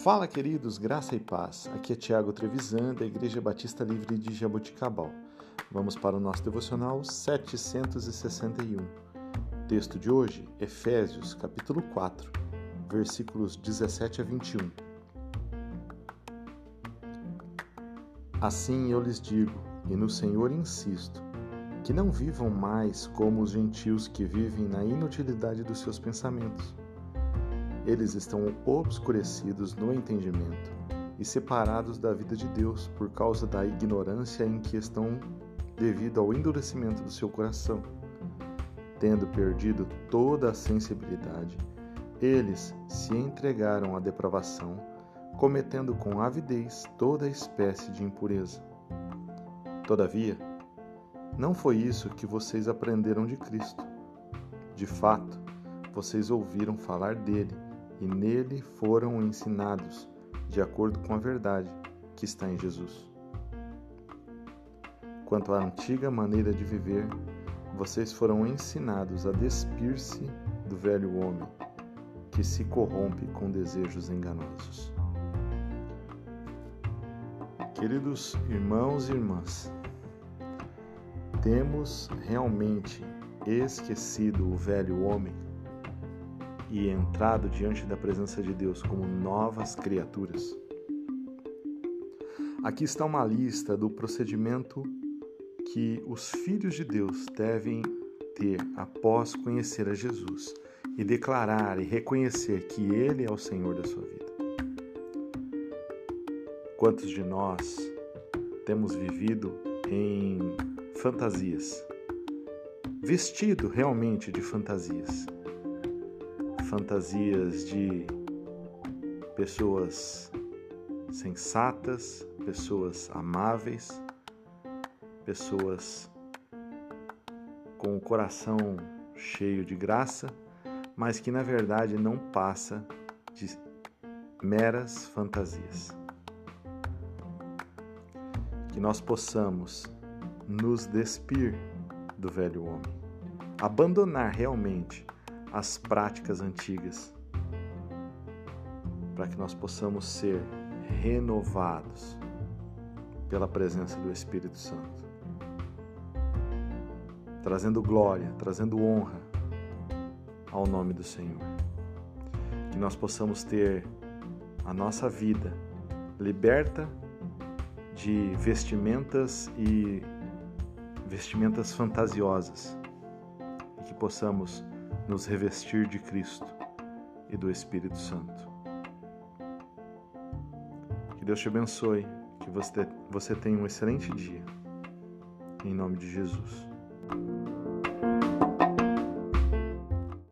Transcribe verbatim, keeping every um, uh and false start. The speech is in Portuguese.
Fala, queridos, graça e paz. Aqui é Tiago Trevisan, da Igreja Batista Livre de Jaboticabal. Vamos para o nosso devocional setecentos e sessenta e um. Texto de hoje, Efésios, capítulo quatro, versículos dezessete a vinte e um. Assim eu lhes digo, e no Senhor insisto, que não vivam mais como os gentios que vivem na inutilidade dos seus pensamentos. Eles estão obscurecidos no entendimento e separados da vida de Deus por causa da ignorância em que estão devido ao endurecimento do seu coração. Tendo perdido toda a sensibilidade, eles se entregaram à depravação, cometendo com avidez toda espécie de impureza. Todavia, não foi isso que vocês aprenderam de Cristo. De fato, vocês ouviram falar dele e nele foram ensinados, de acordo com a verdade que está em Jesus. Quanto à antiga maneira de viver, vocês foram ensinados a despir-se do velho homem, que se corrompe com desejos enganosos. Queridos irmãos e irmãs, temos realmente esquecido o velho homem e entrado diante da presença de Deus como novas criaturas? Aqui está uma lista do procedimento que os filhos de Deus devem ter após conhecer a Jesus e declarar e reconhecer que Ele é o Senhor da sua vida. Quantos de nós temos vivido em fantasias, vestido realmente de fantasias, fantasias de pessoas sensatas, pessoas amáveis, pessoas com o coração cheio de graça, mas que na verdade não passa de meras fantasias. Que nós possamos nos despir do velho homem, abandonar realmente as práticas antigas, para que nós possamos ser renovados pela presença do Espírito Santo, trazendo glória, trazendo honra ao nome do Senhor. Que nós possamos ter a nossa vida liberta de vestimentas e vestimentas fantasiosas, e que possamos nos revestir de Cristo e do Espírito Santo. Que Deus te abençoe, que você, você tenha um excelente dia. Em nome de Jesus.